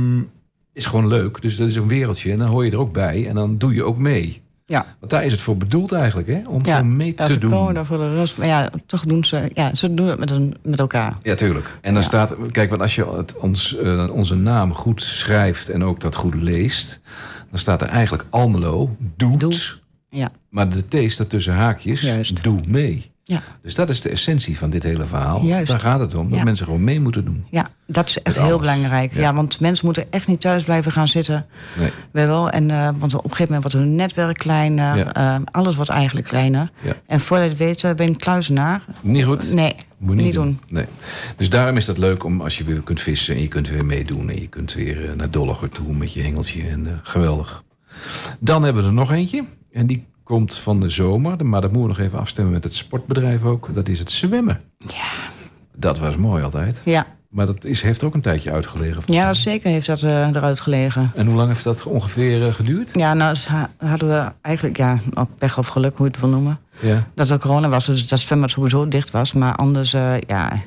is gewoon leuk. Dus dat is een wereldje. En dan hoor je er ook bij. En dan doe je ook mee. Ja. Want daar is het voor bedoeld eigenlijk, hè? Om Ja, gewoon mee ja, te ze doen. komen daar voor de rust. Maar ja, toch doen ze... Ja, ze doen het met elkaar. Ja, tuurlijk. En dan Ja. staat... Kijk, want als je onze naam goed schrijft en ook dat goed leest... dan staat er eigenlijk Almelo doet... Doe. Ja, maar de T staat tussen haakjes. Juist. Doe mee. ja, Dus dat is de essentie van dit hele verhaal. Juist. Daar gaat het om. Dat Ja. mensen gewoon mee moeten doen. ja, dat is echt Met heel alles. belangrijk. Ja. Ja, want mensen moeten echt niet thuis blijven gaan zitten. Nee. Wel. En, want op een gegeven moment wordt hun netwerk kleiner. Ja. Alles wordt eigenlijk kleiner. Ja. En voordat je het weet, ben je een kluizenaar. Niet goed? Nee, Moet je niet doen. Nee. Dus daarom is dat leuk om als je weer kunt vissen... en je kunt weer meedoen en je kunt weer naar Dolager toe met je hengeltje. En geweldig. Dan hebben we er nog eentje. En die komt van de zomer. Maar dat moeten we nog even afstemmen met het sportbedrijf ook. Dat is het zwemmen. Ja. Dat was mooi altijd. Ja, Maar dat heeft ook een tijdje uitgelegen. ja dat zeker heeft dat eruit gelegen. En hoe lang heeft dat ongeveer geduurd? Ja, nou dus hadden we eigenlijk, ja, op pech of geluk, hoe je het wil noemen. Ja. Dat er corona was, dus dat zwembad sowieso dicht was. Maar anders, ja,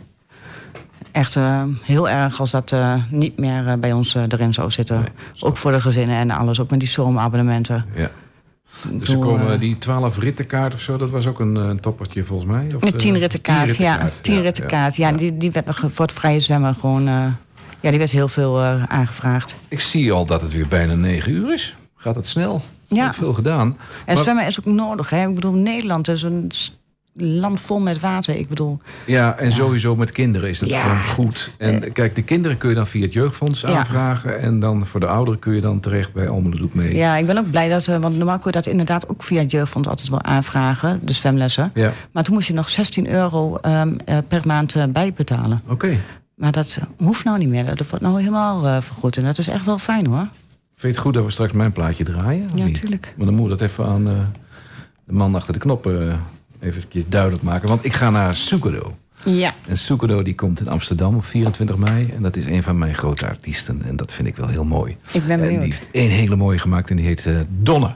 echt heel erg als dat niet meer bij ons erin zou zitten. Nee, snap Ook voor de gezinnen en alles, ook met die zomerabonnementen. Ja. Dus er komen die 12 rittenkaart of zo, dat was ook een toppertje volgens mij? Of, Een 10 rittenkaart, ja. 10 rittenkaart, ja. Die werd nog voor het vrije zwemmen gewoon... ja, die werd heel veel aangevraagd. Ik zie al dat het weer bijna 9 uur is. Gaat het snel? Ja. Wordt veel gedaan. En Maar- zwemmen is ook nodig, hè. Ik bedoel, Nederland is een land vol met water. Ik bedoel, Ja, en sowieso met kinderen is dat Ja. gewoon goed. En kijk, de kinderen kun je dan via het jeugdfonds Ja. aanvragen. En dan voor de ouderen kun je dan terecht bij Almelo Doet Mee. ja, ik ben ook blij dat... want normaal kon je dat inderdaad ook via het jeugdfonds altijd wel aanvragen. De zwemlessen. Ja, Maar toen moest je nog €16 per maand bijbetalen. oké. Maar dat hoeft nou niet meer. Dat wordt nou helemaal vergoed. En dat is echt wel fijn, hoor. Vind je het goed dat we straks mijn plaatje draaien? of Ja, niet? natuurlijk. Maar dan moet dat even aan de man achter de knoppen Even duidelijk maken. Want ik ga naar Sukado. Ja. En Sukado die komt in Amsterdam op 24 mei. En dat is een van mijn grote artiesten. En dat vind ik wel heel mooi. Ik ben En benieuwd. die heeft één hele mooie gemaakt. En die heet Donne.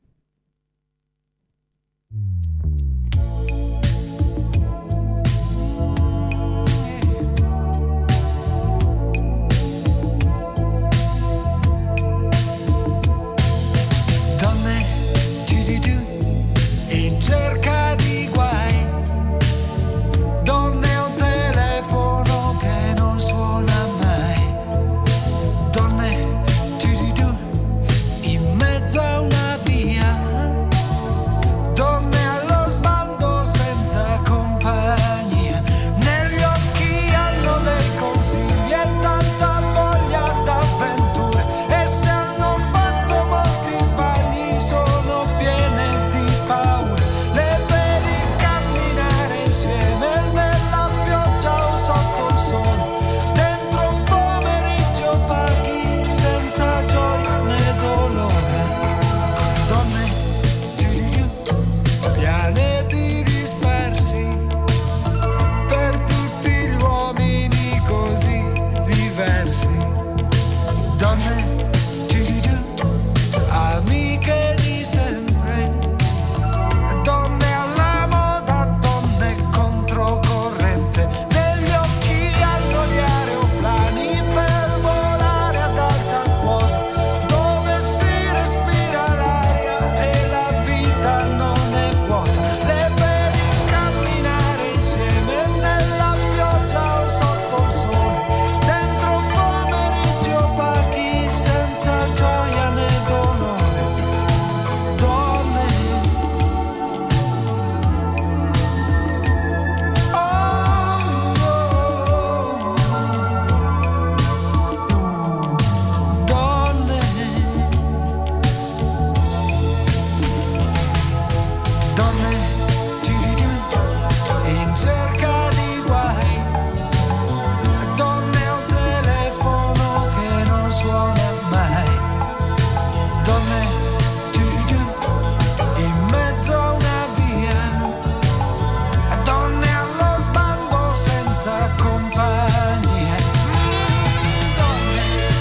Donne, du, in cerca di guai. Donne, un telefono che non suona mai. Donne, du, in mezzo a una via. Donne allo sbando senza compagnia. Negli occhi hanno dei consigli e tanta voglia d'avventure. E se hanno fatto molti sbagli sono piene di paura. Le vedi camminare insieme nella pioggia o sotto il sole. Dentro un pomeriggio paghi senza gioia né dolore. Donne, pianeti dispersi per tutti gli uomini così diversi. Donne, amiche di sempre. Donne alla moda, donne controcorrente. Negli occhi hanno gli aeroplani per volare ad alta quota, dove si respira l'aria e la vita non è vuota. Le vedi camminare insieme nella pioggia o sotto il sole. Dentro un pomeriggio paghi senza gioia né dolore. Donne, donne, donne, in cerca di guai. Donne a un telefono che non suona mai. Donne, in mezzo a una via. Donne allo sbando senza compagnia. Donne.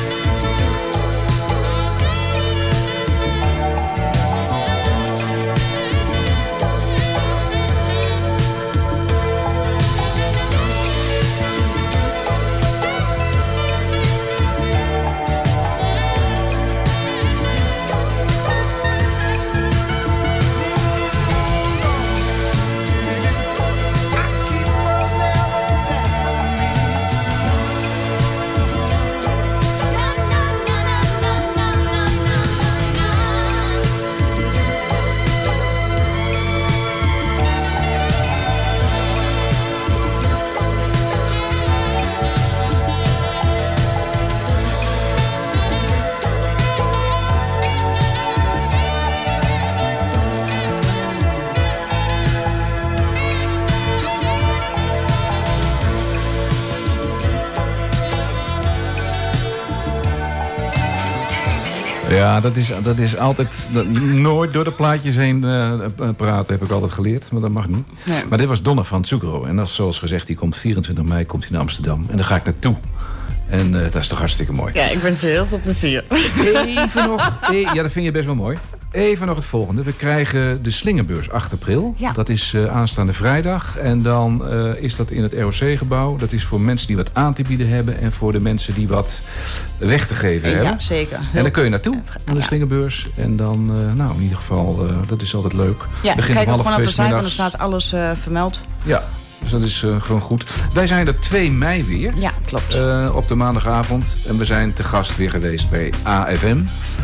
Ja, dat is altijd... nooit door de plaatjes heen praten, heb ik altijd geleerd. Maar dat mag niet. Nee. Maar dit was Donne van Sukaro. En dat is zoals gezegd, die komt 24 mei komt hij naar Amsterdam. En daar ga ik naartoe. En dat is toch hartstikke mooi. Ja, ik wens je heel veel plezier. Even nog... ja, dat vind je best wel mooi. Even nog het volgende. We krijgen de Slingerbeurs 8 april. Ja. Dat is aanstaande vrijdag. En dan is dat in het ROC-gebouw. Dat is voor mensen die wat aan te bieden hebben. En voor de mensen die wat weg te geven hebben. Ja, zeker. En dan kun je naartoe, naar de Ja. Slingerbeurs. En dan, nou, in ieder geval, dat is altijd leuk. Ja, Begint kijk om ook gewoon op de 1:30 site, want er 's staat alles vermeld. Ja, dus dat is gewoon goed. Wij zijn er 2 mei weer. Ja, klopt. Op de maandagavond. En we zijn te gast weer geweest bij AFM.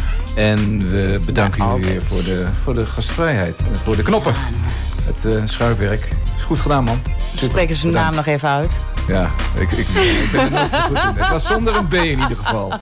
En we bedanken jullie weer voor de gastvrijheid. En voor de knoppen. Het schuifwerk. Is goed gedaan, man. Super. Spreken ze de naam nog even uit. Ja, ik ben er nooit zo goed in. Het was zonder een B in ieder geval.